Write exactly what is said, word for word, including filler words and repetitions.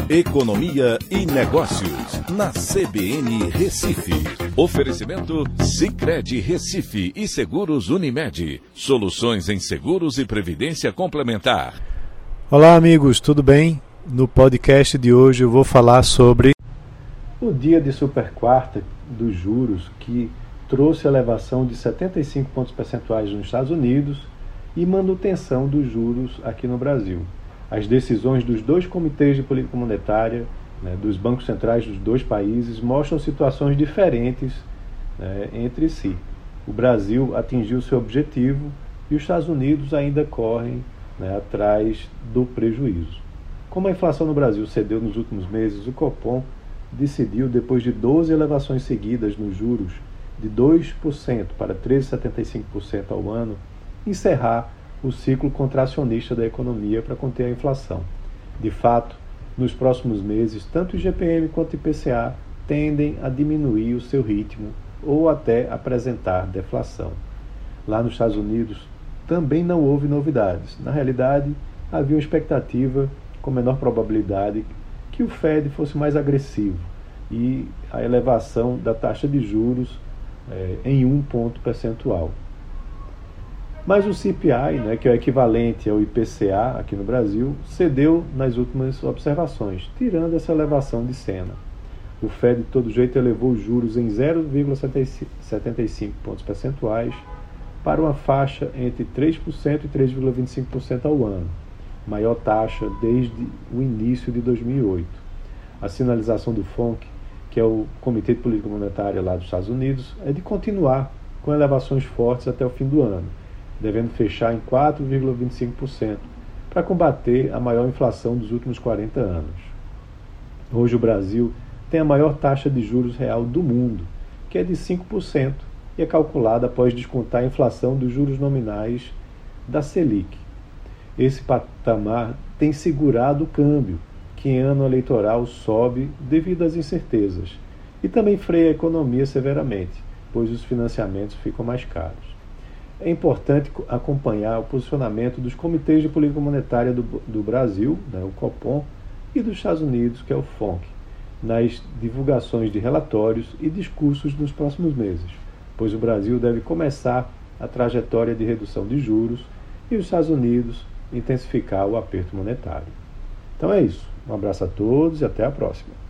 Economia e Negócios, na C B N Recife. Oferecimento Sicredi Recife e Seguros Unimed. Soluções em seguros e previdência complementar. Olá amigos, tudo bem? No podcast de hoje eu vou falar sobre o dia de super quarta dos juros, que trouxe elevação de setenta e cinco pontos percentuais nos Estados Unidos e manutenção dos juros aqui no Brasil. As decisões dos dois comitês de política monetária, né, dos bancos centrais dos dois países, mostram situações diferentes, né, entre si. O Brasil atingiu seu objetivo e os Estados Unidos ainda correm, né, atrás do prejuízo. Como a inflação no Brasil cedeu nos últimos meses, o Copom decidiu, depois de doze elevações seguidas nos juros de dois por cento para treze vírgula setenta e cinco por cento ao ano, encerrar o ciclo contracionista da economia para conter a inflação. De fato, nos próximos meses, tanto o I G P M quanto o I P C A tendem a diminuir o seu ritmo ou até apresentar deflação. Lá nos Estados Unidos também não houve novidades. Na realidade, havia uma expectativa com menor probabilidade que o Fed fosse mais agressivo e a elevação da taxa de juros é, em um ponto percentual. Mas o C P I, né, que é o equivalente ao I P C A aqui no Brasil, cedeu nas últimas observações, tirando essa elevação de cena. O Fed, de todo jeito, elevou os juros em zero vírgula setenta e cinco pontos percentuais para uma faixa entre três por cento e três vírgula vinte e cinco por cento ao ano, maior taxa desde o início de dois mil e oito. A sinalização do F O N C, que é o Comitê de Política Monetária lá dos Estados Unidos, é de continuar com elevações fortes até o fim do ano, devendo fechar em quatro vírgula vinte e cinco por cento, para combater a maior inflação dos últimos quarenta anos. Hoje o Brasil tem a maior taxa de juros real do mundo, que é de cinco por cento, e é calculada após descontar a inflação dos juros nominais da Selic. Esse patamar tem segurado o câmbio, que em ano eleitoral sobe devido às incertezas, e também freia a economia severamente, pois os financiamentos ficam mais caros. É importante acompanhar o posicionamento dos comitês de política monetária do, do Brasil, né, o Copom, e dos Estados Unidos, que é o F O N C, nas divulgações de relatórios e discursos nos próximos meses, pois o Brasil deve começar a trajetória de redução de juros e os Estados Unidos intensificar o aperto monetário. Então é isso. Um abraço a todos e até a próxima.